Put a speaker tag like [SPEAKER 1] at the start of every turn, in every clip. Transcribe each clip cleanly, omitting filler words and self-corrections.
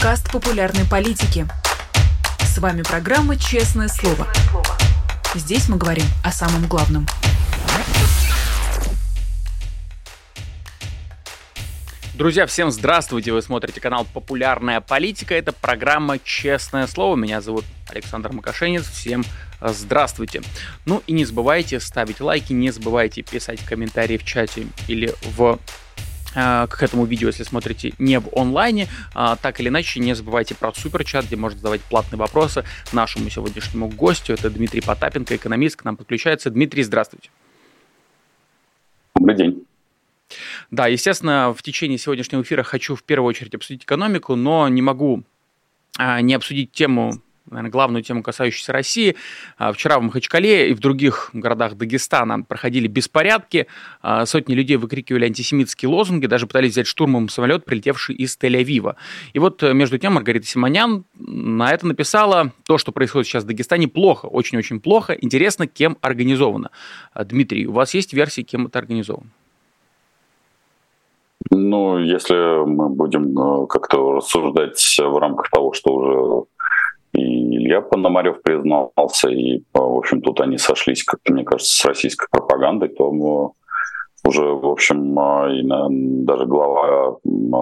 [SPEAKER 1] подкаст популярной политики. С вами программа «Честное слово». Здесь мы говорим о самом главном.
[SPEAKER 2] Друзья, всем здравствуйте! Вы смотрите канал «Популярная политика». Это программа «Честное слово». Меня зовут Александр Макашенец. Всем здравствуйте! Ну и не забывайте ставить лайки, не забывайте писать комментарии в чате или к этому видео, если смотрите не в онлайне. Так или иначе, не забывайте про суперчат, где можно задавать платные вопросы нашему сегодняшнему гостю. Это Дмитрий Потапенко, экономист, к нам подключается. Дмитрий, здравствуйте.
[SPEAKER 3] Добрый день.
[SPEAKER 2] Да, естественно, в течение сегодняшнего эфира хочу в первую очередь обсудить экономику, но не могу не обсудить тему, наверное, главную тему, касающуюся России. Вчера в Махачкале и в других городах Дагестана проходили беспорядки. Сотни людей выкрикивали антисемитские лозунги, даже пытались взять штурмом самолет, прилетевший из Тель-Авива. И вот между тем Маргарита Симонян на это написала: то, что происходит сейчас в Дагестане, плохо, очень-очень плохо. Интересно, кем организовано. Дмитрий, у вас есть версии, кем это организовано?
[SPEAKER 3] Ну, если мы будем как-то рассуждать в рамках того, что уже и Илья Пономарев признался, и, в общем, тут они сошлись, как-то, мне кажется, с российской пропагандой, то уже, в общем, даже глава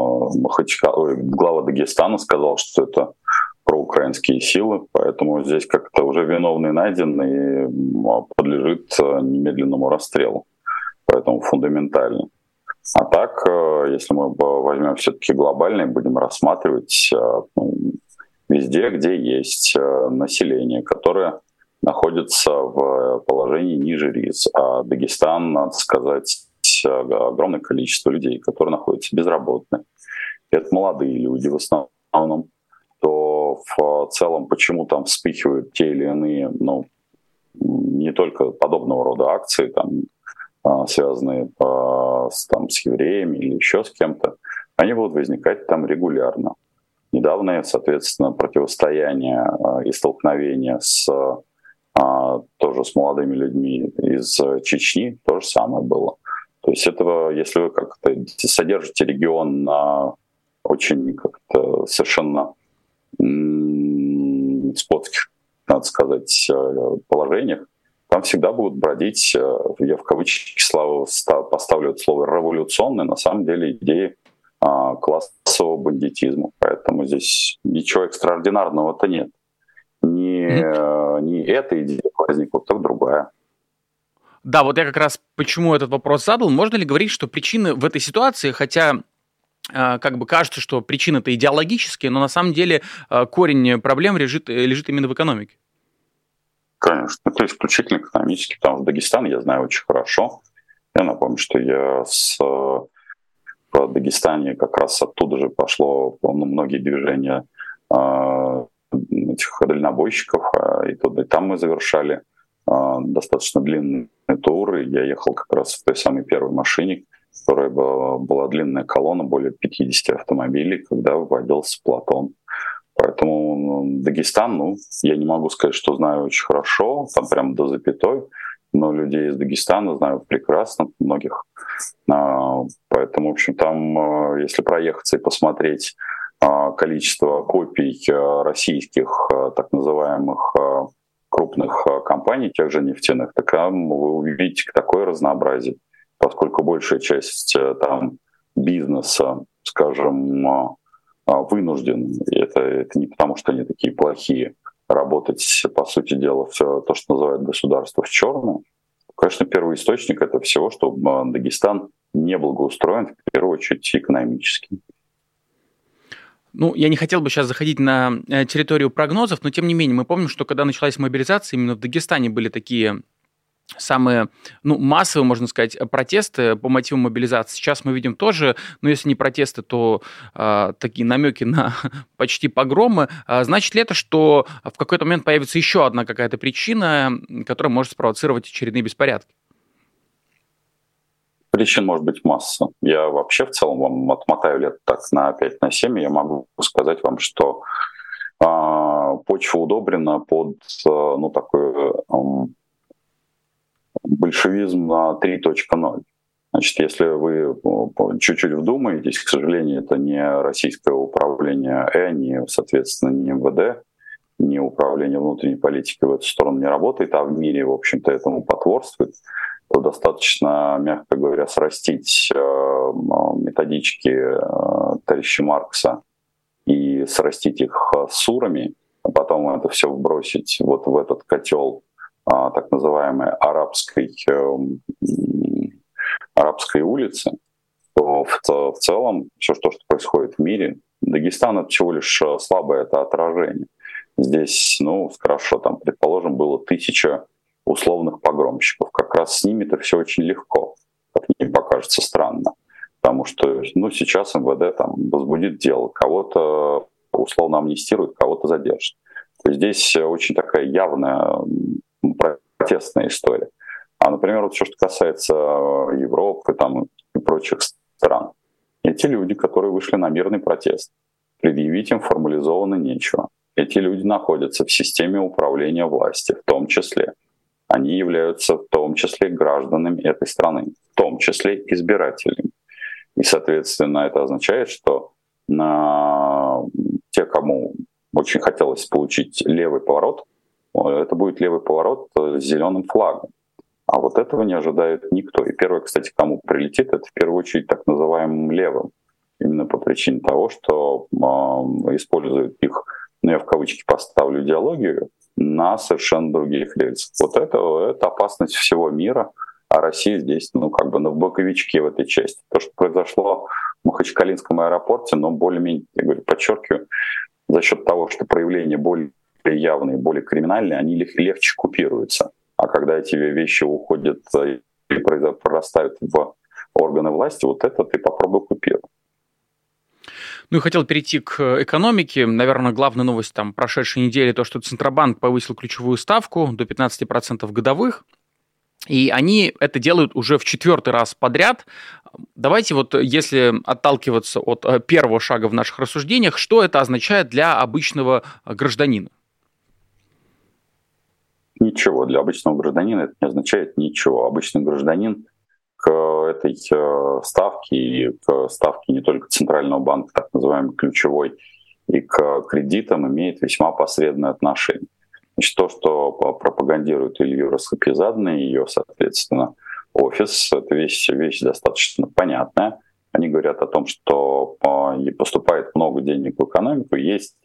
[SPEAKER 3] Дагестана сказал, что это проукраинские силы, поэтому здесь как-то уже виновный найден и подлежит немедленному расстрелу. Поэтому фундаментально. А так, если мы возьмем все-таки глобально и будем рассматривать везде, где есть население, которое находится в положении ниже риска, а Дагестан, надо сказать, огромное количество людей, которые находятся безработными. Это молодые люди в основном. То в целом, почему там вспыхивают те или иные, не только подобного рода акции, связанные с евреями или еще с кем-то, они будут возникать там регулярно. Недавнее, соответственно, противостояние и столкновение тоже с молодыми людьми из Чечни то же самое было. То есть этого, если вы как-то содержите регион на очень как-то совершенно скотских, надо сказать, положениях, там всегда будут бродить, я в кавычки поставлю это слово «революционные», на самом деле идеи классового бандитизма. Поэтому здесь ничего экстраординарного-то нет. Не эта идея возникла, так другая.
[SPEAKER 2] Да, вот я как раз почему этот вопрос задал. Можно ли говорить, что причины в этой ситуации, хотя как бы кажется, что причины-то идеологические, но на самом деле корень проблем лежит именно в экономике?
[SPEAKER 3] Конечно, это исключительно экономически, потому что Дагестан я знаю очень хорошо. Я напомню, что я в Дагестане как раз оттуда же пошло многие движения этих дальнобойщиков, и туда и там мы завершали достаточно длинные туры. Я ехал как раз в той самой первой машине, в которой была длинная колонна, более 50 автомобилей, когда вводился Платон. Поэтому Дагестан, я не могу сказать, что знаю очень хорошо, там прям до запятой, но людей из Дагестана знаю прекрасно, многих. Поэтому, в общем, там, если проехаться и посмотреть количество копий российских так называемых крупных компаний, тех же нефтяных, так вы увидите такое разнообразие, поскольку большая часть там бизнеса, скажем, вынужден, и это не потому, что они такие плохие, работать, по сути дела, все то, что называют государство в черном. Конечно, первый источник этого всего, что Дагестан не благоустроен, в первую очередь, экономически.
[SPEAKER 2] Я не хотел бы сейчас заходить на территорию прогнозов, но тем не менее мы помним, что когда началась мобилизация, именно в Дагестане были такие самые, массовые, можно сказать, протесты по мотивам мобилизации. Сейчас мы видим тоже, если не протесты, то такие намеки на почти погромы. Значит ли это, что в какой-то момент появится еще одна какая-то причина, которая может спровоцировать очередные беспорядки?
[SPEAKER 3] Причин может быть масса. Я вообще в целом вам отмотаю лет так на 5-7, я могу сказать вам, что почва удобрена под такой большевизм 3.0. Значит, если вы чуть-чуть вдумаетесь, к сожалению, это не российское управление, не, соответственно, не МВД, не управление внутренней политики в эту сторону не работает, а в мире, в общем-то, этому потворствует, то достаточно, мягко говоря, срастить методички товарища Маркса и срастить их с сурами, а потом это все вбросить вот в этот котел так называемой арабской улицы, то в целом все, что происходит в мире, Дагестан — это всего лишь слабое это отражение. Здесь, хорошо, там, предположим, было 1000 условных погромщиков. Как раз с ними-то все очень легко, как мне покажется странно. Потому что сейчас МВД там возбудит дело, кого-то условно амнистирует, кого-то задержит. То есть здесь очень такая явная протестная история. А, например, вот все, что касается Европы там, и прочих стран. Эти люди, которые вышли на мирный протест, предъявить им формализованно нечего. Эти люди находятся в системе управления власти, в том числе. Они являются в том числе гражданами этой страны, в том числе избирателями. И, соответственно, это означает, что те, кому очень хотелось получить левый поворот, это будет левый поворот с зеленым флагом. А вот этого не ожидает никто. И первое, кстати, кому прилетит, это в первую очередь так называемым левым. Именно по причине того, что используют их, я в кавычки поставлю, идеологию на совершенно других рельсах. Вот это опасность всего мира, а Россия здесь, на боковичке в этой части. То, что произошло в Махачкалинском аэропорте, более-менее, я говорю, подчеркиваю, за счет того, что проявления более явные, более криминальные, они легче купируются. А когда эти вещи уходят и прорастают в органы власти, вот это ты попробуй купируй.
[SPEAKER 2] И хотел перейти к экономике. Наверное, главная новость прошедшей недели то, что Центробанк повысил ключевую ставку до 15% годовых. И они это делают уже в 4-й раз подряд. Давайте если отталкиваться от первого шага в наших рассуждениях, что это означает для обычного гражданина?
[SPEAKER 3] Ничего. Для обычного гражданина это не означает ничего. Обычный гражданин к этой ставке и к ставке не только Центрального банка, так называемой ключевой, и к кредитам имеет весьма посредственное отношение. Значит, то, что пропагандирует Эльвира Сапизадна и ее, соответственно, офис, это вещь достаточно понятная. Они говорят о том, что поступает много денег в экономику, есть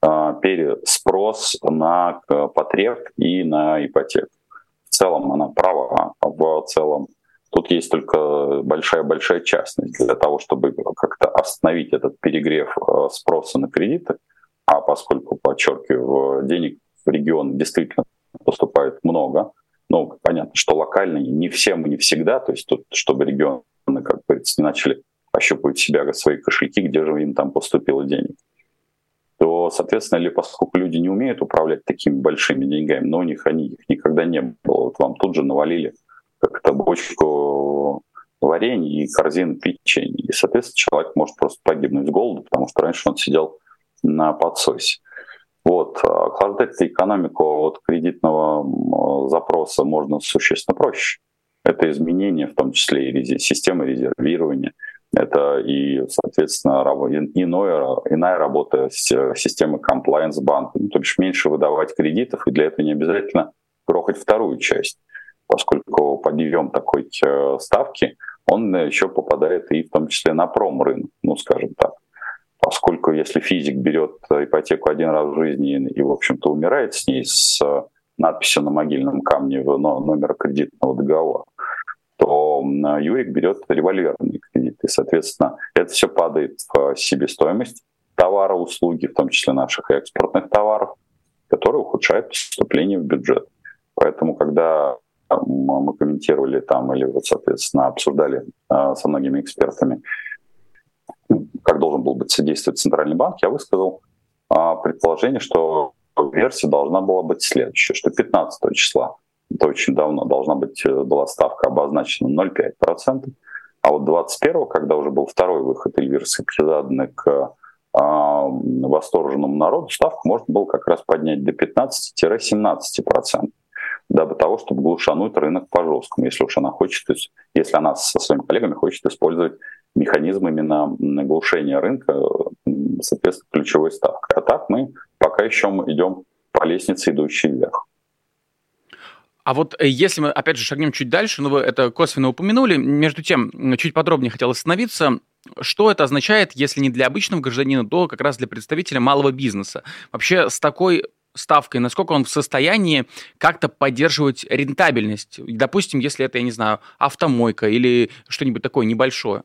[SPEAKER 3] переспрос на потреб и на ипотеку. В целом она права, в целом тут есть только большая частность для того, чтобы как-то остановить этот перегрев спроса на кредиты, а поскольку, подчеркиваю, денег в регион действительно поступает много, понятно, что локально не всем и не всегда, то есть тут, чтобы регионы, как говорится, не начали ощупывать себя свои кошельки, где же им там поступило денег, то, соответственно, поскольку люди не умеют управлять такими большими деньгами, но их никогда не было. Вот вам тут же навалили как-то бочку варенья и корзину печенья. И, соответственно, человек может просто погибнуть с голоду, потому что раньше он сидел на подсосе. Охлаждать экономику от кредитного запроса можно существенно проще. Это изменение, в том числе и системы резервирования. Это и, соответственно, иная работа с системой compliance банка. То бишь меньше выдавать кредитов, и для этого не обязательно грохать вторую часть, поскольку подъем такой ставки, он еще попадает и в том числе на промрынок, скажем так. Поскольку если физик берет ипотеку один раз в жизни и, в общем-то, умирает с ней с надписью на могильном камне номера кредитного договора, то Юрик берет револьверный кредит. И, соответственно, это все падает в себестоимость товара, услуги, в том числе наших экспортных товаров, которые ухудшают поступление в бюджет. Поэтому, когда мы комментировали или, соответственно, обсуждали со многими экспертами, как должен был быть содействовать Центральный банк, я высказал предположение, что версия должна была быть следующая, что 15 числа, это очень давно, была ставка обозначена 0,5%, а 21-го, когда уже был второй выход Эльвиры Сапизадны к восторженному народу, ставку можно было как раз поднять до 15-17%. дабы того, чтобы глушануть рынок по-жесткому, если уж она хочет, то есть если она со своими коллегами хочет использовать механизм именно глушения рынка, соответственно, ключевой ставкой. А так мы пока еще идем по лестнице, идущей вверх.
[SPEAKER 2] А вот если мы, опять же, шагнем чуть дальше, вы это косвенно упомянули, между тем, чуть подробнее хотел остановиться, что это означает, если не для обычного гражданина, то как раз для представителя малого бизнеса. Вообще с такой ставкой, насколько он в состоянии как-то поддерживать рентабельность? Допустим, если это, я не знаю, автомойка или что-нибудь такое небольшое.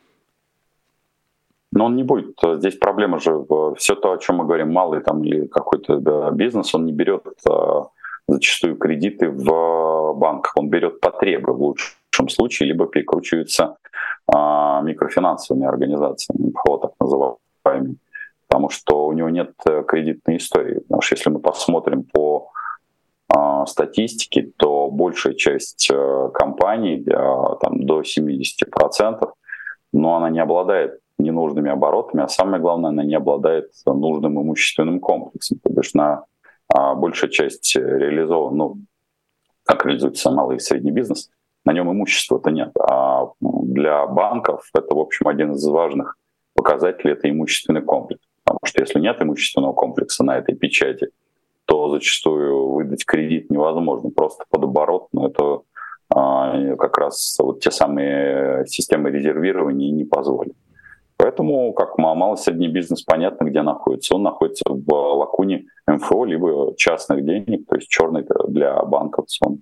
[SPEAKER 3] Но он не будет. Здесь проблема же, все то, о чем мы говорим, малый там или какой-то бизнес, он не берет зачастую кредиты в банках, он берет потребы в лучшем случае, либо перекручивается микрофинансовыми организациями, так называемыми, потому что у него нет кредитной истории. Потому что если мы посмотрим по статистике, то большая часть компаний, там, до 70%, но она не обладает ненужными оборотами, а самое главное, она не обладает нужным имущественным комплексом. То бишь большая часть реализована, как реализуется малый и средний бизнес, на нем имущества-то нет. А для банков это, в общем, один из важных показателей — это имущественный комплекс. Потому что если нет имущественного комплекса на этой печати, то зачастую выдать кредит невозможно. Просто под оборот, но это как раз вот те самые системы резервирования не позволят. Поэтому, как малый и средний бизнес, понятно, где находится. Он находится в лакуне МФО, либо частных денег, то есть черный для банков сон.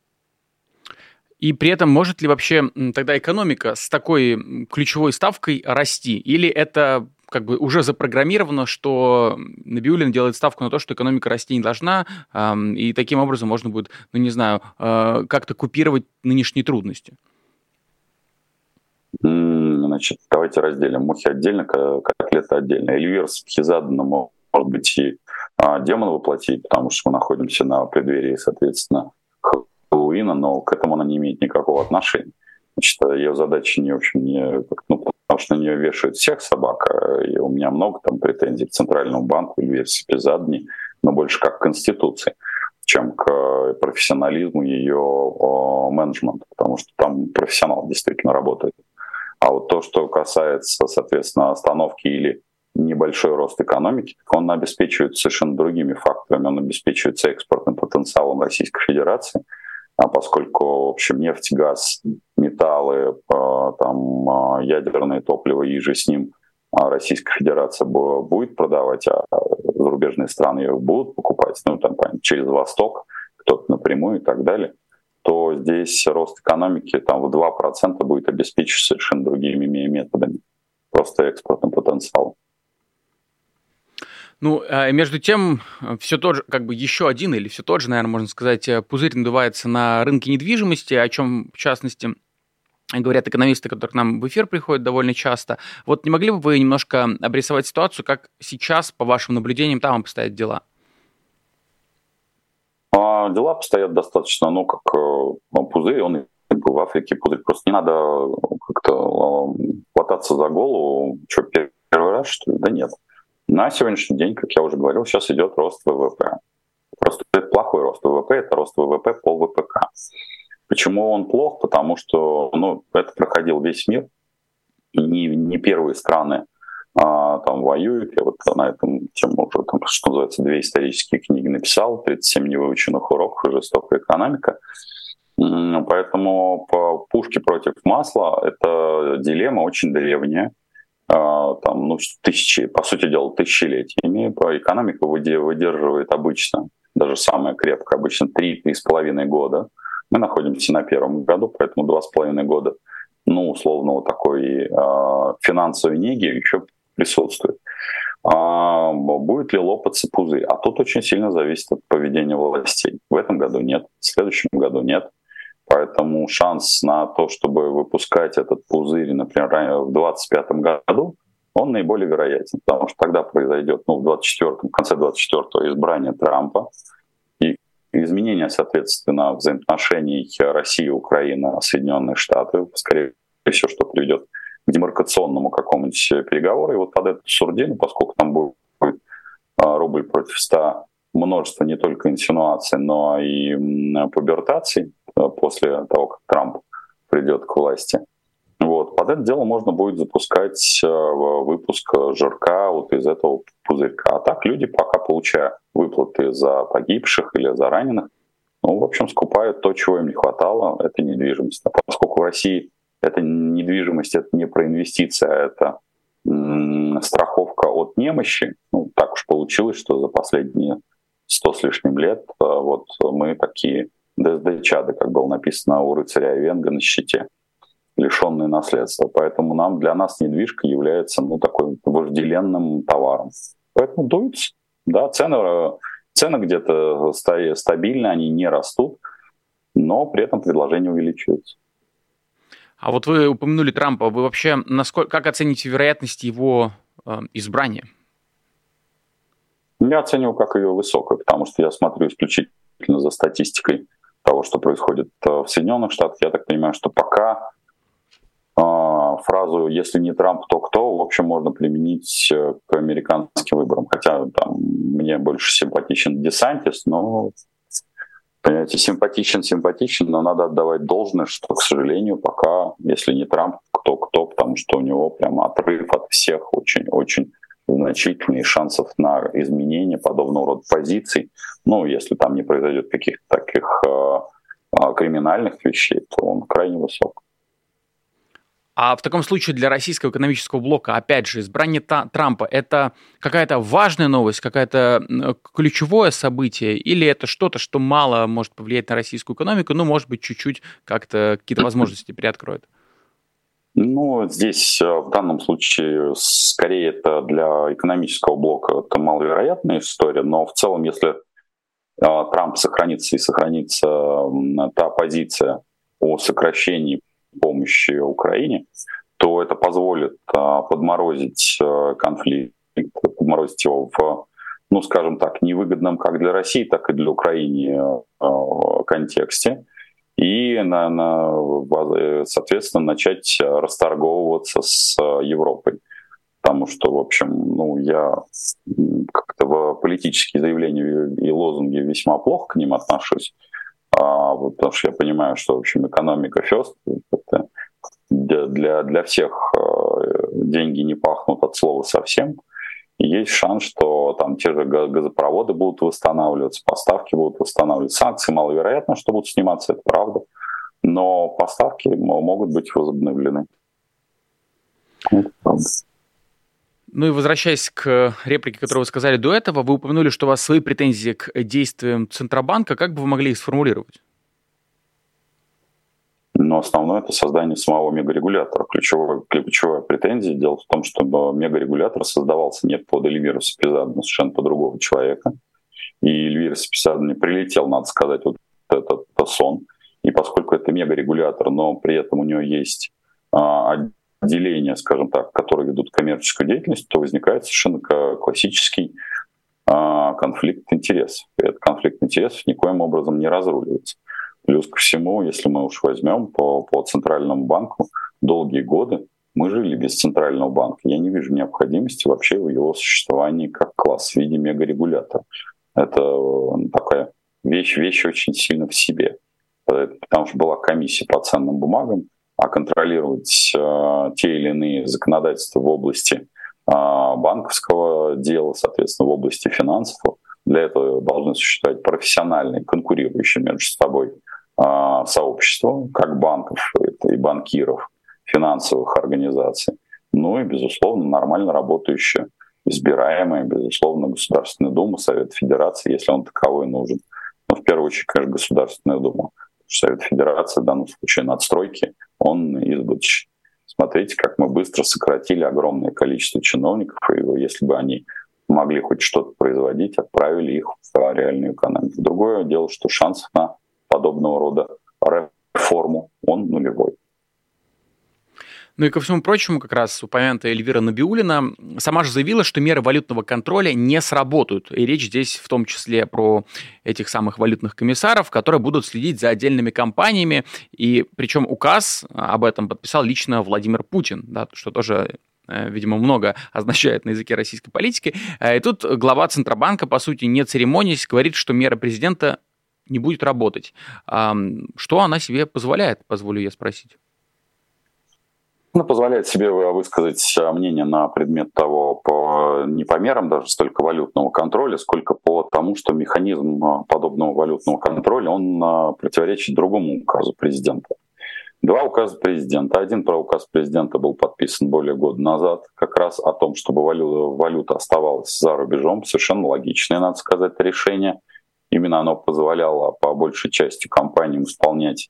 [SPEAKER 2] И при этом может ли вообще тогда экономика с такой ключевой ставкой расти? Или это как бы уже запрограммировано, что Набиуллин делает ставку на то, что экономика расти не должна, и таким образом можно будет, как-то купировать нынешние трудности?
[SPEAKER 3] Значит, давайте разделим. Мухи отдельно, котлеты отдельно. Эльвира Сабхизадовна может быть и демона воплотить, потому что мы находимся на преддверии, соответственно, Хэллоуина, но к этому она не имеет никакого отношения. Значит, ее задача не, в общем, потому что на нее вешают всех собак, и у меня много там претензий к Центральному банку, Эльвире Сабхизадовне, но больше как к Конституции, чем к профессионализму ее менеджмента, потому что там профессионал действительно работает. А вот то, что касается, соответственно, остановки или небольшой рост экономики, он обеспечивает совершенно другими факторами. Он обеспечивается экспортным потенциалом Российской Федерации, поскольку, в общем, нефть, газ, металлы, ядерное топливо и же с ним Российская Федерация будет продавать, а зарубежные страны ее будут покупать, через Восток, кто-то напрямую и так далее, то здесь рост экономики в 2% будет обеспечен совершенно другими методами, просто экспортным потенциалом.
[SPEAKER 2] Между тем, все тот же, еще один, или все тот же, наверное, можно сказать, пузырь надувается на рынке недвижимости, о чем, в частности, говорят экономисты, которые к нам в эфир приходят довольно часто. Вот не могли бы вы немножко обрисовать ситуацию, как сейчас, по вашим наблюдениям, там обстоят дела?
[SPEAKER 3] Дела обстоят достаточно, как пузырь, он и в Африке пузырь. Просто не надо как-то хвататься за голову. Что, первый раз, что ли? Да нет. На сегодняшний день, как я уже говорил, сейчас идет рост ВВП. Просто это плохой рост ВВП, это рост ВВП по ВПК. Почему он плох? Потому что это проходил весь мир. Не первые страны воюют. Я вот на этом тему уже, что называется, 2 исторические книги написал, 37 невыученных уроков и жестокая экономика. Поэтому пушки против масла — это дилемма очень древняя, тысячи, по сути дела, тысячелетиями. Экономика выдерживает обычно, даже самая крепкая, обычно 3-3,5 года. Мы находимся на первом году, поэтому 2,5 года, условно, такой финансовой неги еще присутствует. Будет ли лопаться пузырь? А тут очень сильно зависит от поведения властей. В этом году нет, в следующем году нет. Поэтому шанс на то, чтобы выпускать этот пузырь, например, в 2025 году, он наиболее вероятен, потому что тогда произойдет в конце 24-го избрание Трампа и изменение, соответственно, взаимоотношений России, Украины, Соединенные Штаты, скорее всего, что приведет к демаркационному какому-нибудь переговору. И вот под эту сурдину, поскольку там будет рубль против 100 множество не только инсинуаций, но и пубертаций после того, как Трамп придет к власти. Вот. Под это дело можно будет запускать выпуск жирка вот из этого пузырька. А так люди, пока получая выплаты за погибших или за раненых, в общем, скупают то, чего им не хватало, это недвижимость. А поскольку в России эта недвижимость — это не про инвестиции, а это страховка от немощи, так уж получилось, что за последние 100 с лишним лет вот мы такие ДСД-чады, как было написано у рыцаря Айвенго на щите, лишенные наследства. Поэтому для нас недвижка является такой вожделенным товаром. Поэтому дуется. Да, цены где-то стабильны, они не растут, но при этом предложение увеличивается.
[SPEAKER 2] А вот вы упомянули Трампа. Вы вообще как оцените вероятность его избрания?
[SPEAKER 3] Я оцениваю как ее высокую, потому что я смотрю исключительно за статистикой того, что происходит в Соединенных Штатах. Я так понимаю, что пока фразу «если не Трамп, то кто» в общем можно применить к американским выборам. Хотя мне больше симпатичен Десантис, но, понимаете, симпатичен, но надо отдавать должное, что, к сожалению, пока, если не Трамп, кто, потому что у него прямо отрыв от всех очень-очень значительный, шансов на изменение подобного рода позиций. Если там не произойдет каких-то таких криминальных вещей, то он крайне высок.
[SPEAKER 2] А в таком случае для российского экономического блока, опять же, избрание Трампа — это какая-то важная новость, какое-то ключевое событие, или это что-то, что мало может повлиять на российскую экономику, может быть, чуть-чуть как-то какие-то возможности переоткроет?
[SPEAKER 3] Здесь в данном случае скорее это для экономического блока это маловероятная история, но в целом, если Трамп сохранится та позиция о сокращении помощи Украине, то это позволит подморозить конфликт, подморозить его в, скажем так, невыгодном как для России, так и для Украины контексте, и, соответственно, начать расторговываться с Европой. Потому что, в общем, я как-то в политические заявления и лозунги весьма плохо к ним отношусь, потому что я понимаю, что, в общем, экономика first, это для всех деньги не пахнут от слова совсем. И есть шанс, что там те же газопроводы будут восстанавливаться, поставки будут восстанавливаться. Санкции маловероятно, что будут сниматься, это правда. Но поставки могут быть возобновлены. Это правда.
[SPEAKER 2] И возвращаясь к реплике, которую вы сказали до этого, вы упомянули, что у вас свои претензии к действиям Центробанка. Как бы вы могли их сформулировать?
[SPEAKER 3] Основное — это создание самого мегарегулятора. Ключевая претензия. Дело в том, что мегарегулятор создавался не под Эльвиру Сапизаду, но совершенно под другого человека. И Эльвира Сапизаду не прилетел, надо сказать, вот этот сон. И поскольку это мегарегулятор, но при этом у него есть отделения, скажем так, которые ведут коммерческую деятельность, то возникает совершенно классический конфликт интересов. И этот конфликт интересов никоим образом не разруливается. Плюс ко всему, если мы уж возьмем по Центральному банку, долгие годы мы жили без Центрального банка. Я не вижу необходимости вообще в его существовании как класс в виде мегарегулятора. Это такая вещь очень сильно в себе. Потому что была комиссия по ценным бумагам, а контролировать те или иные законодательства в области банковского дела, соответственно, в области финансов, для этого должны существовать профессиональные, конкурирующие между собой сообщества, как банков и банкиров, финансовых организаций, и, безусловно, нормально работающая, избираемая, безусловно, Государственная Дума, Совет Федерации, если он таковой нужен. Но в первую очередь, конечно, Государственная Дума. Совет Федерации, в данном случае надстройки, он избыточен. Смотрите, как мы быстро сократили огромное количество чиновников, и если бы они могли хоть что-то производить, отправили их в реальную экономику. Другое дело, что шансов на подобного рода реформу, он нулевой.
[SPEAKER 2] И ко всему прочему, как раз упомянутая Эльвира Набиуллина сама же заявила, что меры валютного контроля не сработают. И речь здесь в том числе про этих самых валютных комиссаров, которые будут следить за отдельными компаниями. И причем указ об этом подписал лично Владимир Путин, да, что тоже видимо, много означает на языке российской политики. И тут глава Центробанка, по сути, не церемонясь, говорит, что мера президента не будет работать. Что она себе позволяет, позволю я спросить?
[SPEAKER 3] Позволяет себе высказать мнение на предмет того, не по мерам даже столько валютного контроля, сколько по тому, что механизм подобного валютного контроля, он противоречит другому указу президента. Два указа президента. Один про указ президента был подписан более года назад, как раз о том, чтобы валюта оставалась за рубежом. Совершенно логичное, надо сказать, решение. Именно оно позволяло по большей части компаниям исполнять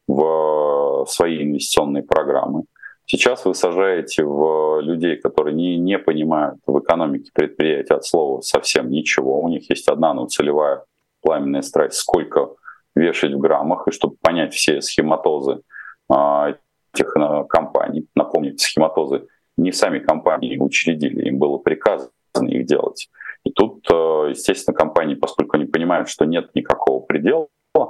[SPEAKER 3] свои инвестиционные программы. Сейчас вы сажаете в людей, которые не понимают в экономике предприятия от слова совсем ничего. У них есть одна, целевая пламенная страсть, сколько вешать в граммах, и чтобы понять все схематозы этих компаний. Напомнить, схематозы не сами компании учредили, им было приказано их делать. И тут, естественно, компании, поскольку они понимают, что нет никакого предела,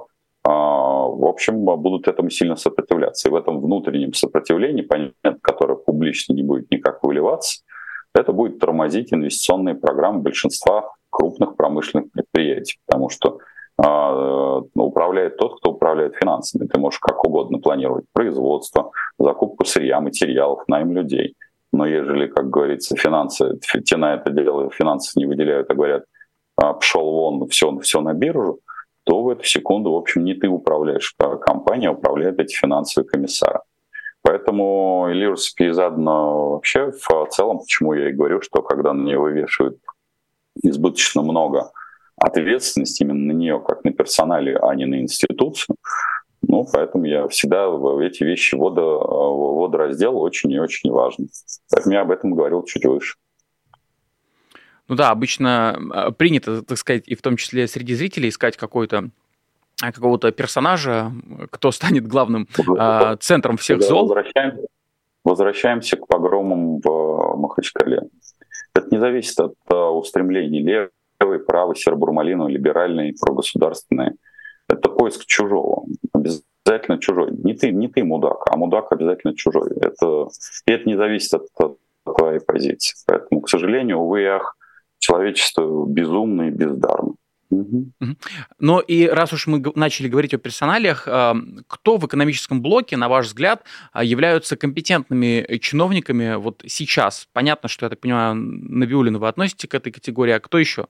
[SPEAKER 3] в общем, будут этому сильно сопротивляться. И в этом внутреннем сопротивлении, понятно, которое публично не будет никак выливаться, это будет тормозить инвестиционные программы большинства крупных промышленных предприятий, потому что управляет тот, кто управляет финансами. Ты можешь как угодно планировать производство, закупку сырья, материалов, найм людей. Но ежели, как говорится, те на это дело финансы не выделяют, а говорят, пшел вон, все на биржу, то в эту секунду, в общем, не ты управляешь, а компания управляет эти финансовые комиссары. Поэтому Эльвира Сапиезадна вообще в целом, почему я и говорю, что когда на нее вывешивают избыточно много ответственности именно на нее, как на персонале, а не на институцию, поэтому я всегда в эти вещи водораздел очень и очень важен. Поэтому я об этом говорил чуть выше.
[SPEAKER 2] Обычно принято, так сказать, и в том числе среди зрителей искать какого-то персонажа, кто станет главным центром всех зол.
[SPEAKER 3] Возвращаемся к погромам в Махачкале. Это не зависит от устремлений левой, правой, серо-бурмалиновой, либеральной, прогосударственной. Это поиск чужого. Обязательно чужой. Не ты мудак, а мудак обязательно чужой. И это не зависит от твоей позиции. Поэтому, к сожалению, увы и ах, человечество безумно и бездарно.
[SPEAKER 2] Но и раз уж мы начали говорить о персоналиях, кто в экономическом блоке, на ваш взгляд, являются компетентными чиновниками вот сейчас? Понятно, что, я так понимаю, Набиуллину вы относите к этой категории, а кто еще?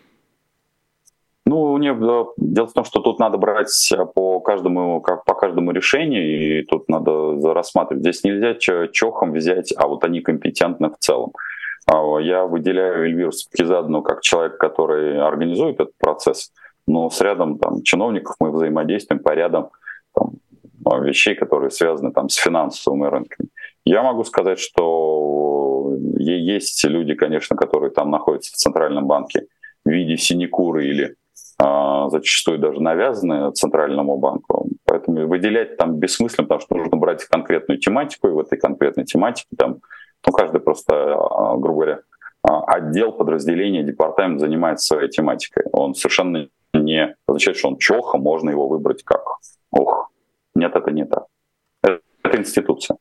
[SPEAKER 3] Дело в том, что тут надо брать по каждому решению, и тут надо рассматривать. Здесь нельзя чохом взять, а вот они компетентны в целом. Я выделяю Эльвиру Сапиезадну как человек, который организует этот процесс, но с рядом чиновников мы взаимодействуем по рядам вещей, которые связаны с финансовыми рынками. Я могу сказать, что есть люди, конечно, которые там находятся в Центральном банке в виде синекуры или зачастую даже навязаны Центральному банку. Поэтому выделять там бессмысленно, потому что нужно брать конкретную тематику, и в этой конкретной тематике каждый просто, грубо говоря, отдел, подразделение, департамент занимается своей тематикой. Он совершенно не означает, что он чохом, можно его выбрать как Нет, это не так. Это институция.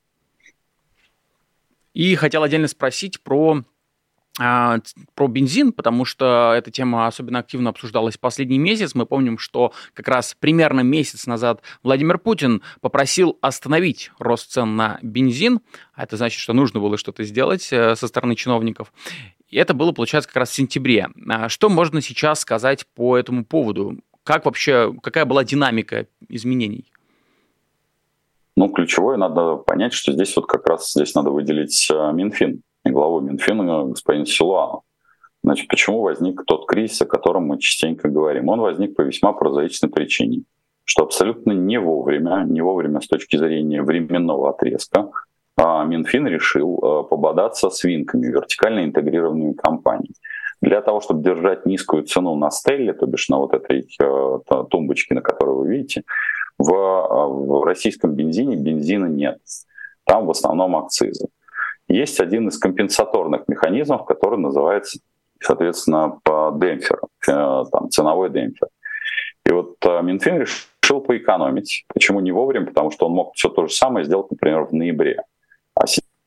[SPEAKER 2] И хотел отдельно спросить про бензин, потому что эта тема особенно активно обсуждалась в последний месяц. Мы помним, что как раз примерно месяц назад Владимир Путин попросил остановить рост цен на бензин. А это значит, что нужно было что-то сделать со стороны чиновников. И это было, получается, как раз в сентябре. Что можно сейчас сказать по этому поводу? Какая была динамика изменений?
[SPEAKER 3] Ключевое надо понять, что здесь здесь надо выделить Минфин. И главу Минфина господина Силуанова. Значит, почему возник тот кризис, о котором мы частенько говорим? Он возник по весьма прозаичной причине, что абсолютно не вовремя с точки зрения временного отрезка, Минфин решил пободаться с винками, вертикально интегрированными компаниями. Для того, чтобы держать низкую цену на стелле, то бишь на этой тумбочке, на которой вы видите, в российском бензина нет. Там в основном акцизы. Есть один из компенсаторных механизмов, который называется, соответственно, демпфер, ценовой демпфер. И Минфин решил поэкономить. Почему не вовремя? Потому что он мог все то же самое сделать, например, в ноябре. А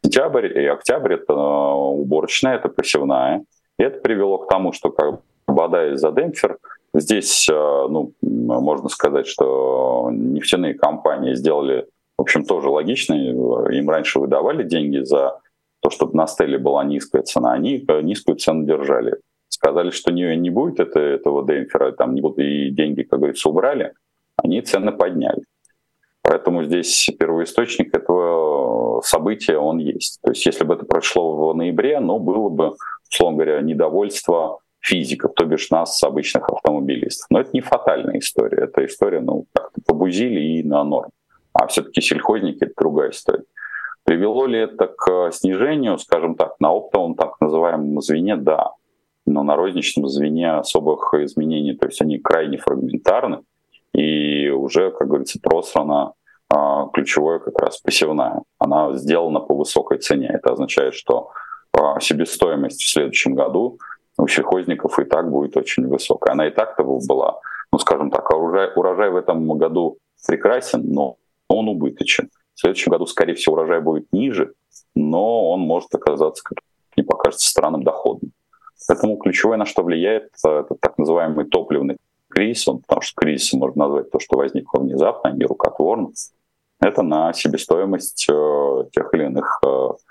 [SPEAKER 3] сентябрь и октябрь — это уборочная, это посевная. И это привело к тому, что как вода из-за демпфер. Здесь, можно сказать, что нефтяные компании сделали, в общем, тоже логично. Им раньше выдавали деньги за то, чтобы на стеле была низкая цена. Они низкую цену держали. Сказали, что не будет этого демпфера, там не будут, и деньги, как говорится, убрали. Они цены подняли. Поэтому здесь первоисточник этого события, он есть. То есть если бы это прошло в ноябре, было бы, условно говоря, недовольство физиков, то бишь нас, обычных автомобилистов. Но это не фатальная история. Это история, как-то побузили и на норм. А все-таки сельхозники — это другая история. Привело ли это к снижению, скажем так, на оптовом так называемом звене? Да. Но на розничном звене особых изменений, то есть они крайне фрагментарны, и уже, как говорится, просрана ключевое как раз посевная. Она сделана по высокой цене. Это означает, что себестоимость в следующем году у сельхозников и так будет очень высокая. Она и так-то была, скажем так, урожай в этом году прекрасен, но он убыточен. В следующем году, скорее всего, урожай будет ниже, но он может оказаться, как мне покажется, странным доходом. Поэтому ключевое, на что влияет, это так называемый топливный кризис, потому что кризисом можно назвать то, что возникло внезапно, а не рукотворно. Это на себестоимость тех или иных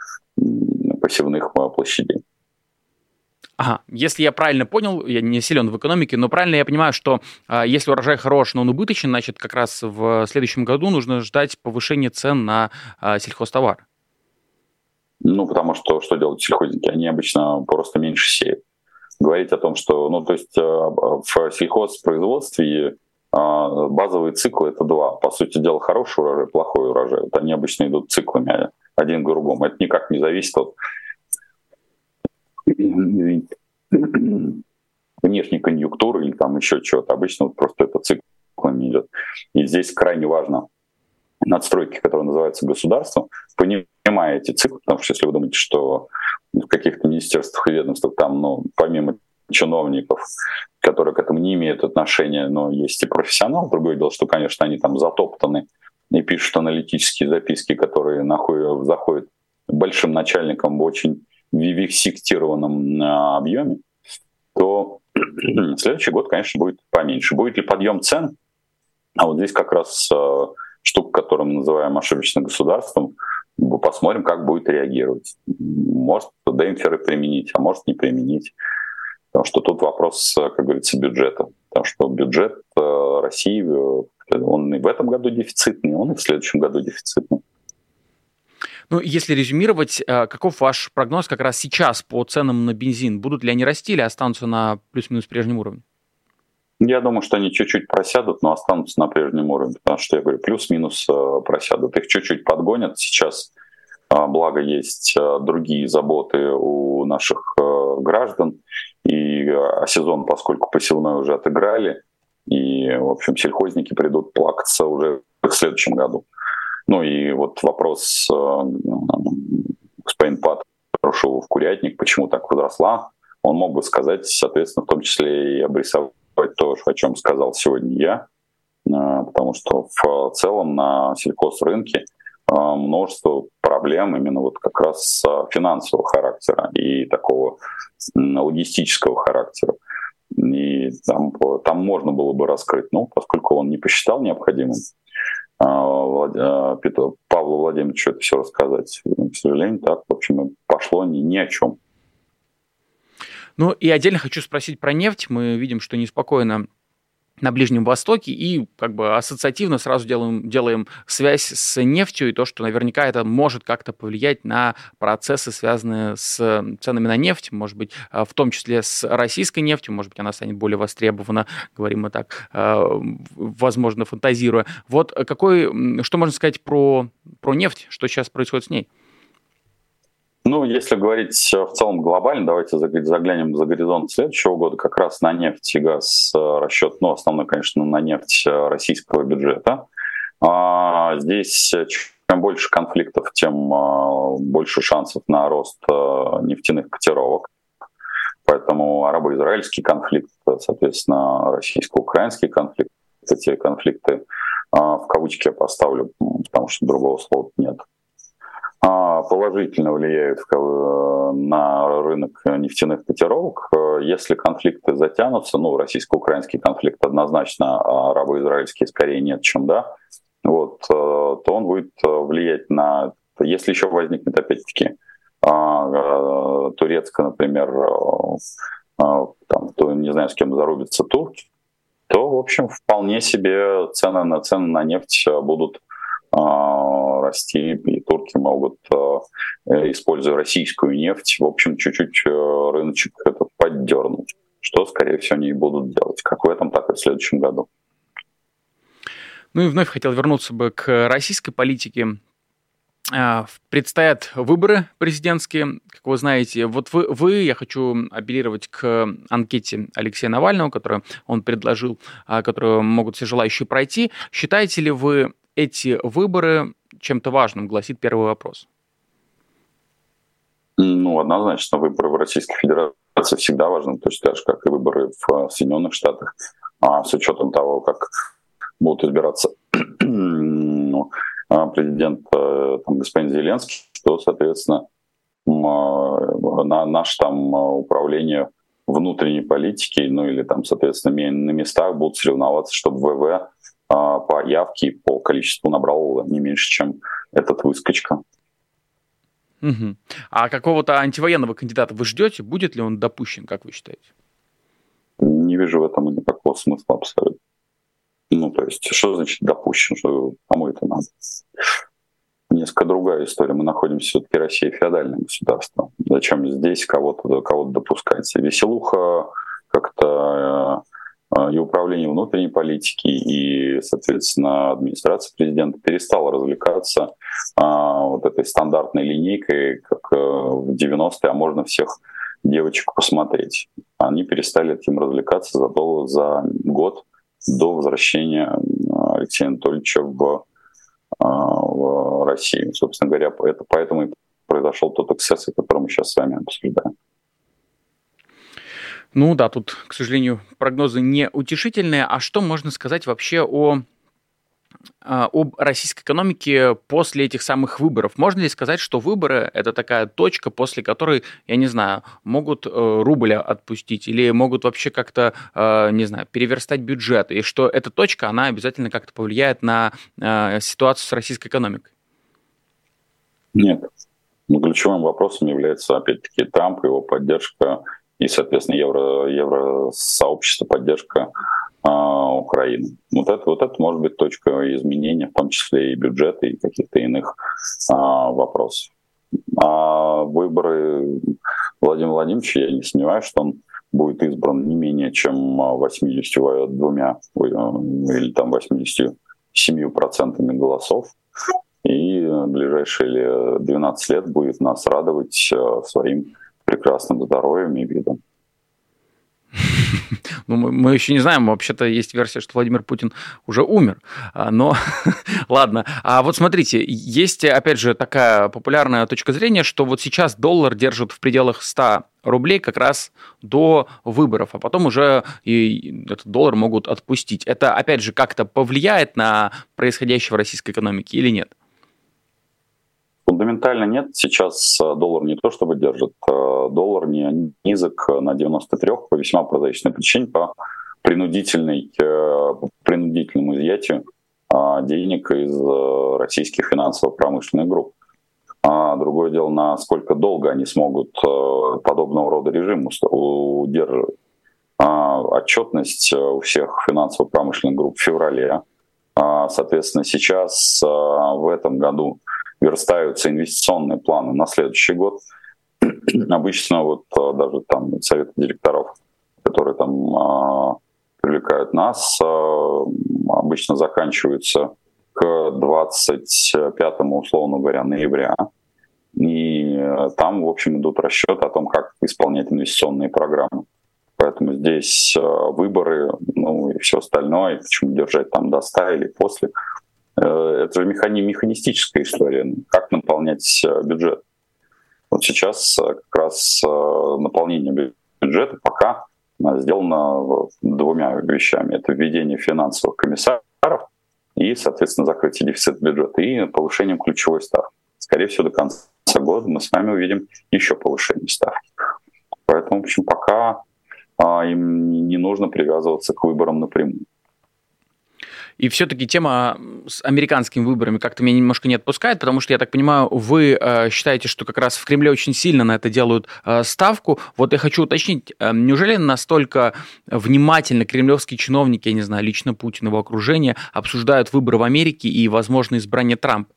[SPEAKER 3] посевных площадей.
[SPEAKER 2] Ага, если я правильно понял, я не силен в экономике, но правильно я понимаю, что если урожай хорош, но он убыточен, значит, как раз в следующем году нужно ждать повышения цен на сельхозтовар.
[SPEAKER 3] Потому что делают сельхозники? Они обычно просто меньше сеют. Говорить о том, что, в сельхозпроизводстве базовый цикл — это два. По сути дела, хороший урожай, плохой урожай. Вот они обычно идут циклами один к другому. Это никак не зависит от внешней конъюнктуры или там еще чего-то. Обычно просто это циклами идет. И здесь крайне важно надстройки, которые называются государством, понимая эти циклы, потому что если вы думаете, что в каких-то министерствах и ведомствах там, помимо чиновников, которые к этому не имеют отношения, но есть и профессионалы, другое дело, что, конечно, они там затоптаны и пишут аналитические записки, которые заходят большим начальникам в очень вивисектированном объеме, то следующий год, конечно, будет поменьше. Будет ли подъем цен? А вот здесь как раз штука, которую мы называем ошибочным государством, посмотрим, как будет реагировать. Может демпферы применить, а может не применить. Потому что тут вопрос, как говорится, бюджета. Потому что бюджет России, он и в этом году дефицитный, он и в следующем году дефицитный.
[SPEAKER 2] Если резюмировать, каков ваш прогноз как раз сейчас по ценам на бензин? Будут ли они расти или останутся на плюс-минус прежнем уровне?
[SPEAKER 3] Я думаю, что они чуть-чуть просядут, но останутся на прежнем уровне, потому что, я говорю, плюс-минус просядут. Их чуть-чуть подгонят. Сейчас, благо, есть другие заботы у наших граждан. И сезон, поскольку посевной уже отыграли, и, в общем, сельхозники придут плакаться уже в следующем году. И вот вопрос господина Патрушева в курятник, почему так возросла, он мог бы сказать, соответственно, в том числе и обрисовать то, о чем сказал сегодня я, потому что в целом на сельхозрынке множество проблем именно вот как раз финансового характера и такого логистического характера. И там можно было бы раскрыть, поскольку он не посчитал необходимым Павлу Владимировичу это все рассказать. К сожалению, так, в общем, пошло ни о чем.
[SPEAKER 2] И отдельно хочу спросить про нефть. Мы видим, что неспокойно на Ближнем Востоке, и ассоциативно сразу делаем связь с нефтью, и то, что наверняка это может как-то повлиять на процессы, связанные с ценами на нефть, может быть, в том числе с российской нефтью, может быть, она станет более востребована, говорим мы так, возможно, фантазируя. Что можно сказать про нефть, что сейчас происходит с ней?
[SPEAKER 3] Если говорить в целом глобально, давайте заглянем за горизонт следующего года. Как раз на нефть и газ расчет, основной, конечно, на нефть российского бюджета. Здесь чем больше конфликтов, тем больше шансов на рост нефтяных котировок. Поэтому арабо-израильский конфликт, соответственно, российско-украинский конфликт, эти конфликты в кавычки я поставлю, потому что другого слова нет. положительно влияют на рынок нефтяных котировок. Если конфликты затянутся, российско-украинский конфликт однозначно, а арабо-израильский скорее нет, чем да, то он будет влиять на... Если еще возникнет, опять-таки, турецкая, например, то не знаю, с кем зарубятся турки, то, в общем, вполне себе цены на нефть будут расти, и турки могут, используя российскую нефть, в общем, чуть-чуть рыночек этот поддернуть, что, скорее всего, они и будут делать, как в этом, так и в следующем году.
[SPEAKER 2] Ну и вновь хотел вернуться бы к российской политике. Предстоят выборы президентские, как вы знаете. Вот я хочу апеллировать к анкете Алексея Навального, которую он предложил, которую могут все желающие пройти. Считаете ли вы эти выборы чем-то важным, гласит первый вопрос?
[SPEAKER 3] Однозначно, выборы в Российской Федерации всегда важны, точно так же, как и выборы в Соединенных Штатах, с учетом того, как будут избираться президент господин Зеленский, то, соответственно, наше управление внутренней политики, или соответственно, на местах будут соревноваться, чтобы ВВ по явке и по количеству набрал не меньше, чем этот выскочка.
[SPEAKER 2] Угу. А какого-то антивоенного кандидата вы ждете? Будет ли он допущен, как вы считаете?
[SPEAKER 3] Не вижу в этом никакого смысла абсолютно. То есть, что значит допущен? Кому это надо? Несколько другая история. Мы находимся все-таки Россия феодальное государство. Зачем здесь кого-то допускать? Веселуха как-то и управление внутренней политики, и, соответственно, администрация президента перестала развлекаться этой стандартной линейкой, как в 90-е, а можно всех девочек посмотреть. Они перестали этим развлекаться за год до возвращения Алексея Анатольевича в Россию. Собственно говоря, поэтому и произошел тот эксцесс, который мы сейчас с вами обсуждаем.
[SPEAKER 2] Тут, к сожалению, прогнозы неутешительные. А что можно сказать вообще об российской экономике после этих самых выборов? Можно ли сказать, что выборы — это такая точка, после которой, я не знаю, могут рубль отпустить или могут вообще как-то, переверстать бюджет, и что эта точка, она обязательно как-то повлияет на ситуацию с российской экономикой?
[SPEAKER 3] Нет. Ключевым вопросом является, опять-таки, Трамп, его поддержка и, соответственно, евросообщество, поддержка Украины. Вот это может быть точка изменения, в том числе и бюджета, и каких-то иных вопросов. А выборы Владимира Владимировича, я не сомневаюсь, что он будет избран не менее чем 82 или 87% голосов. И в ближайшие 12 лет будет нас радовать своим прекрасным здоровьем и видом.
[SPEAKER 2] Мы еще не знаем, вообще-то есть версия, что Владимир Путин уже умер, но ладно. А вот смотрите, есть, опять же, такая популярная точка зрения, что вот сейчас доллар держит в пределах 100 рублей как раз до выборов, а потом уже и этот доллар могут отпустить. Это, опять же, как-то повлияет на происходящее в российской экономике или нет?
[SPEAKER 3] Фундаментально нет. Сейчас доллар не то чтобы держит. Доллар не низок на 93 по весьма прозрачной причине, по принудительному изъятию денег из российских финансово-промышленных групп. Другое дело, насколько долго они смогут подобного рода режим удерживать. Отчетность у всех финансово-промышленных групп в феврале. Соответственно, сейчас в этом году верстаются инвестиционные планы на следующий год. Обычно даже советы директоров, которые привлекают нас, обычно заканчиваются к 25-му, условно говоря, ноября. И там, в общем, идут расчеты о том, как исполнять инвестиционные программы. Поэтому здесь выборы, и все остальное, почему держать до 100 или после. Это же механистическая история, как наполнять бюджет. Вот сейчас как раз наполнение бюджета пока сделано двумя вещами. Это введение финансовых комиссаров и, соответственно, закрытие дефицита бюджета и повышением ключевой ставки. скорее всего, до конца года мы с вами увидим еще повышение ставки. Поэтому, в общем, пока им не нужно привязываться к выборам напрямую.
[SPEAKER 2] И все-таки тема с американскими выборами как-то меня немножко не отпускает, потому что, я так понимаю, вы считаете, что как раз в Кремле очень сильно на это делают ставку. Вот я хочу уточнить, неужели настолько внимательно кремлевские чиновники, я не знаю, лично Путин, его окружение, обсуждают выборы в Америке и возможное избрание Трампа?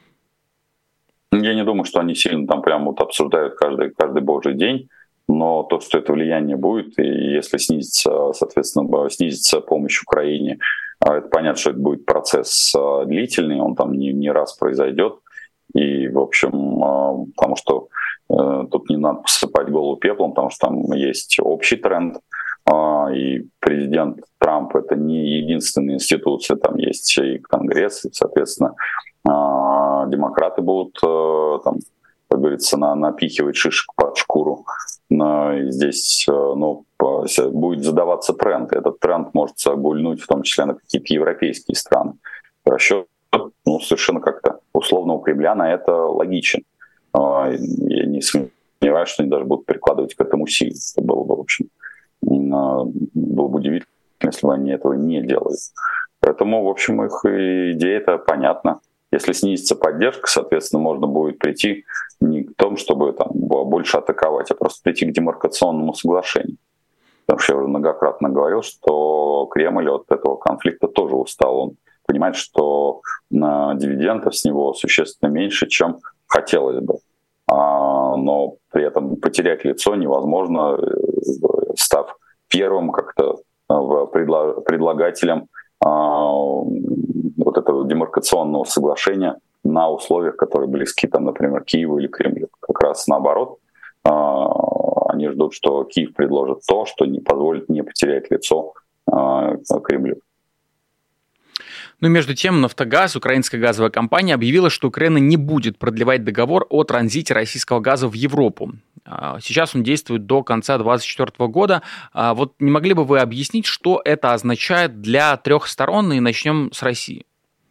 [SPEAKER 3] Я не думаю, что они сильно там прям вот обсуждают каждый божий день. Но то, что это влияние будет, и если снизится помощь Украине, это понятно, что это будет процесс длительный, он там не раз произойдет. И, в общем, потому что тут не надо посыпать голову пеплом, потому что там есть общий тренд, и президент Трамп — это не единственная институция, там есть и Конгресс, и, соответственно, демократы будут там, как говорится, напихивать шишек под шкуру. И здесь будет задаваться тренд. Этот тренд может гульнуть в том числе на какие-то европейские страны. Расчет совершенно как-то условно у Кремля на это логичен. Я не сомневаюсь, что они даже будут прикладывать к этому усилия. Это было бы, в общем, было бы удивительно, если бы они этого не делали. Поэтому, в общем, их идея-то понятна. Если снизится поддержка, соответственно, можно будет прийти не к тому, чтобы там больше атаковать, а просто прийти к демаркационному соглашению. Потому что я уже многократно говорил, что Кремль от этого конфликта тоже устал. Он понимает, что дивидендов с него существенно меньше, чем хотелось бы. Но при этом потерять лицо невозможно, став первым как-то предлагателем вот этого демаркационного соглашения на условиях, которые близки, там, например, Киеву или Кремлю. Как раз наоборот, они ждут, что Киев предложит то, что не позволит не потерять лицо Кремлю.
[SPEAKER 2] Ну, между тем, «Нафтогаз», украинская газовая компания, объявила, что Украина не будет продлевать договор о транзите российского газа в Европу. Сейчас он действует до конца 2024 года. Вот не могли бы вы объяснить, что это означает для трех сторон, и начнем с России?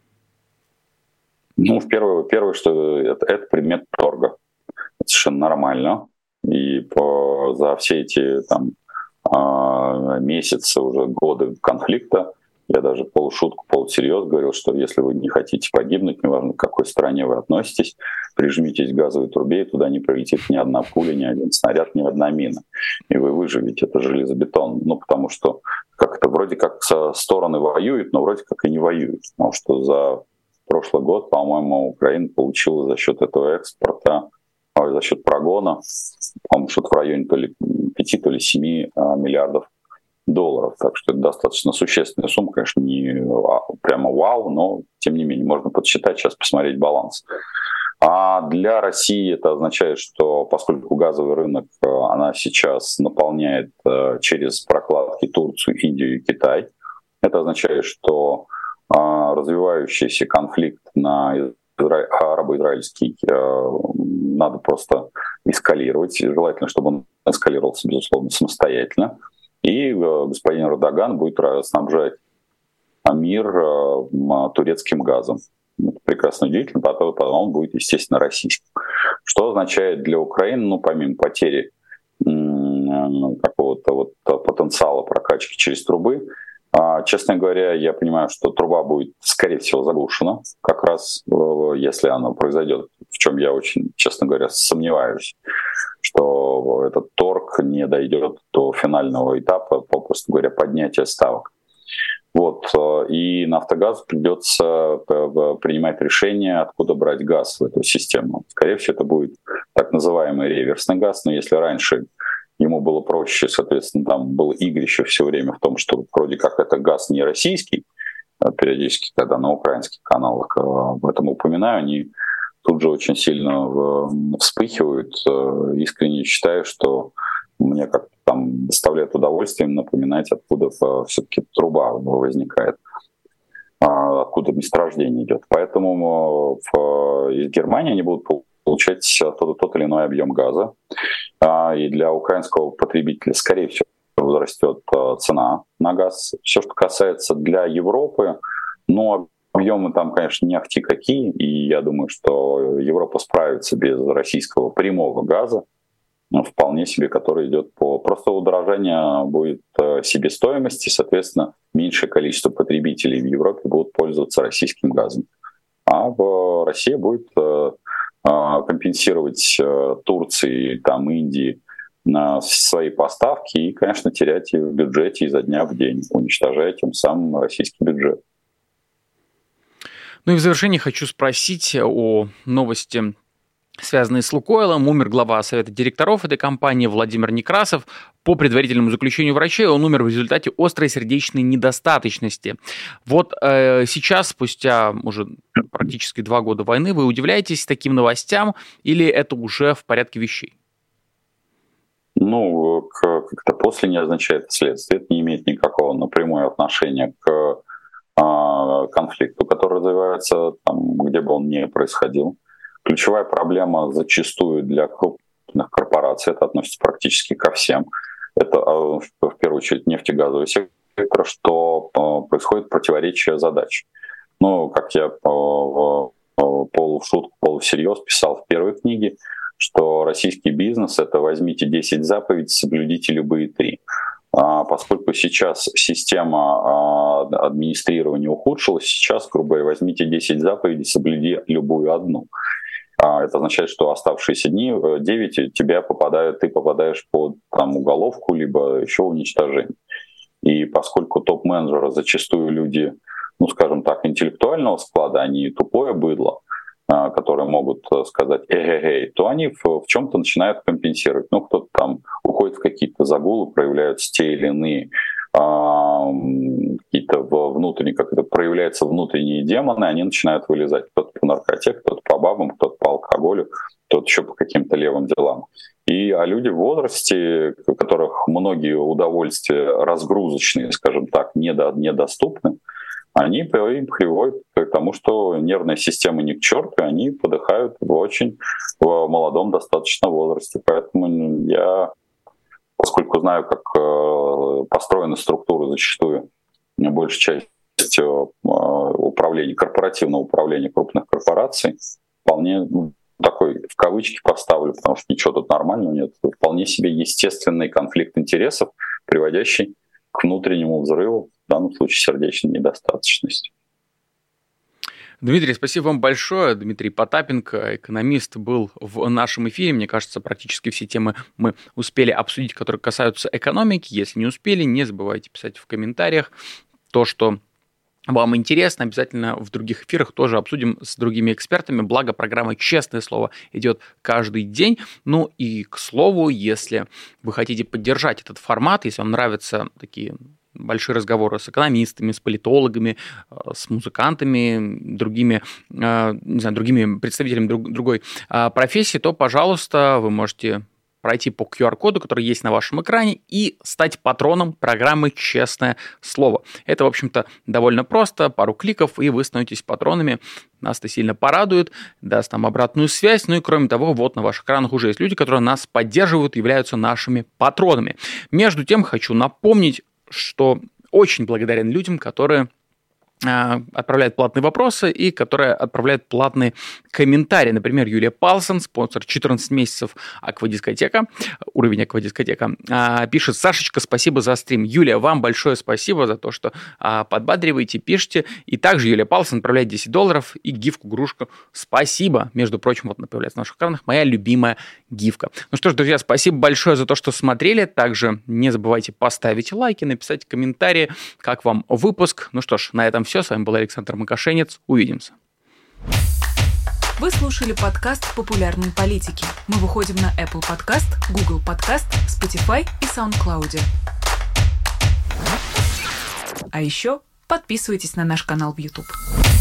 [SPEAKER 3] Ну, первое, что это предмет торга. Это совершенно нормально. И за все эти месяцы, уже годы конфликта, я даже полушутку, полусерьез говорил, что если вы не хотите погибнуть, неважно, к какой стране вы относитесь, прижмитесь к газовой трубе, и туда не прилетит ни одна пуля, ни один снаряд, ни одна мина. И вы выживете, это железобетон. Ну, потому что как-то вроде как стороны воюют, но вроде как и не воюют. Потому что за прошлый год, по-моему, Украина получила за счет этого экспорта, за счет прогона, по-моему, что-то в районе то ли 5, то ли 7 миллиардов долларов. Так что это достаточно существенная сумма, конечно, не прямо вау, но тем не менее можно подсчитать, сейчас посмотреть баланс. А для России это означает, что поскольку газовый рынок она сейчас наполняет через прокладки Турцию, Индию и Китай, это означает, что развивающийся конфликт на арабо-израильский надо просто эскалировать. Желательно, чтобы он эскалировался, безусловно, самостоятельно. И господин Эрдоган будет снабжать мир турецким газом. Это прекрасно удивительно, потом он будет, естественно, российским. Что означает для Украины, ну, помимо потери какого-то вот потенциала прокачки через трубы, честно говоря, я понимаю, что труба будет, скорее всего, заглушена, как раз если она произойдет, в чем я очень, честно говоря, сомневаюсь, что этот торг не дойдет до финального этапа, попросту говоря, поднятия ставок. Вот. И «Нафтогазу» придется принимать решение, откуда брать газ в эту систему. Скорее всего, это будет так называемый реверсный газ, но если раньше ему было проще, соответственно, там было игрище все время в том, что вроде как это газ не российский, периодически, когда на украинских каналах об этом упоминаю, они тут же очень сильно вспыхивают. Искренне считаю, что мне как-то там доставляет удовольствие напоминать, откуда все-таки труба возникает, откуда месторождение идет. Поэтому из Германии они будут получать тот или иной объем газа. И для украинского потребителя, скорее всего, возрастет цена на газ. Все, что касается для Европы, ну, объемы там, конечно, не ахти какие, и я думаю, что Европа справится без российского прямого газа, вполне себе, который идет по... Просто удорожание будет себестоимости, соответственно, меньшее количество потребителей в Европе будут пользоваться российским газом. А Россия будет компенсировать Турции, там, Индии свои поставки и, конечно, терять в бюджете изо дня в день, уничтожая тем самым российский бюджет.
[SPEAKER 2] Ну и в завершение хочу спросить о новости, связанной с «Лукойлом». Умер глава совета директоров этой компании Владимир Некрасов. По предварительному заключению врачей, он умер в результате острой сердечной недостаточности. Вот сейчас, спустя уже практически 2 года войны, вы удивляетесь таким новостям или это уже в порядке вещей?
[SPEAKER 3] Ну, как-то после не означает следствие. Это не имеет никакого напрямую отношения к конфликту, который развивается там, где бы он ни происходил. Ключевая проблема зачастую для крупных корпораций, это относится практически ко всем, это в первую очередь нефтегазовый сектор, что происходит противоречие задач. Ну, как я полушутку, полусерьез писал в первой книге, что российский бизнес — это возьмите 10 заповедей, соблюдите любые 3. Поскольку сейчас система администрирования ухудшилась, сейчас, грубо говоря, возьмите 10 заповедей, соблюди любую одну. Это означает, что оставшиеся дни, 9, ты попадаешь под там, уголовку, либо еще уничтожение. И поскольку топ-менеджеры зачастую люди, ну, скажем так, интеллектуального склада, они тупое быдло, которые могут сказать «эй-эй-эй», то они в чем-то начинают компенсировать. Ну, кто-то там уходит в какие-то загулы, проявляются те или иные какие-то внутренние, как это проявляются внутренние демоны, они начинают вылезать. Кто-то по наркоте, кто-то по бабам, кто-то по алкоголю, кто-то еще по каким-то левым делам. А люди в возрасте, у которых многие удовольствия разгрузочные, скажем так, недоступны, они приводят к тому, что нервная система не к черту, и они подыхают в очень молодом достаточно возрасте. Поэтому я, поскольку знаю, как построена структура зачастую, большая часть управления, корпоративного управления крупных корпораций, вполне такой в кавычки поставлю, потому что ничего тут нормального нет, вполне себе естественный конфликт интересов, приводящий к внутреннему взрыву, в данном случае сердечной недостаточности.
[SPEAKER 2] Дмитрий, спасибо вам большое. Дмитрий Потапенко, экономист, был в нашем эфире. Мне кажется, практически все темы мы успели обсудить, которые касаются экономики. Если не успели, не забывайте писать в комментариях то, что вам интересно. Обязательно в других эфирах тоже обсудим с другими экспертами. Благо, программа «Честное слово» идет каждый день. Ну и, к слову, если вы хотите поддержать этот формат, если вам нравятся такие большие разговоры с экономистами, с политологами, с музыкантами, другими представителями другой профессии, то, пожалуйста, вы можете пройти по QR-коду, который есть на вашем экране, и стать патроном программы «Честное слово». Это, в общем-то, довольно просто. Пару кликов, и вы становитесь патронами. Нас это сильно порадует, даст нам обратную связь. Ну и, кроме того, вот на ваших экранах уже есть люди, которые нас поддерживают, являются нашими патронами. Между тем, хочу напомнить, что очень благодарен людям, которые отправляют платные вопросы и которые отправляют платные комментарии. Например, Юлия Палсон, спонсор 14 месяцев Аквадискотека, уровень Аквадискотека, пишет: «Сашечка, спасибо за стрим». Юлия, вам большое спасибо за то, что подбадриваете, пишете. И также Юлия Палсон отправляет $10 и гифку-грушку. Спасибо. Между прочим, вот она появляется на наших экранах, моя любимая гифка. Ну что ж, друзья, спасибо большое за то, что смотрели. Также не забывайте поставить лайки, написать комментарии, как вам выпуск. Ну что ж, на этом все. С вами был Александр Макашенец. Увидимся.
[SPEAKER 1] Вы слушали подкаст «Популярные политики». Мы выходим на Apple Podcast, Google Podcast, Spotify и SoundCloud. А еще подписывайтесь на наш канал в YouTube.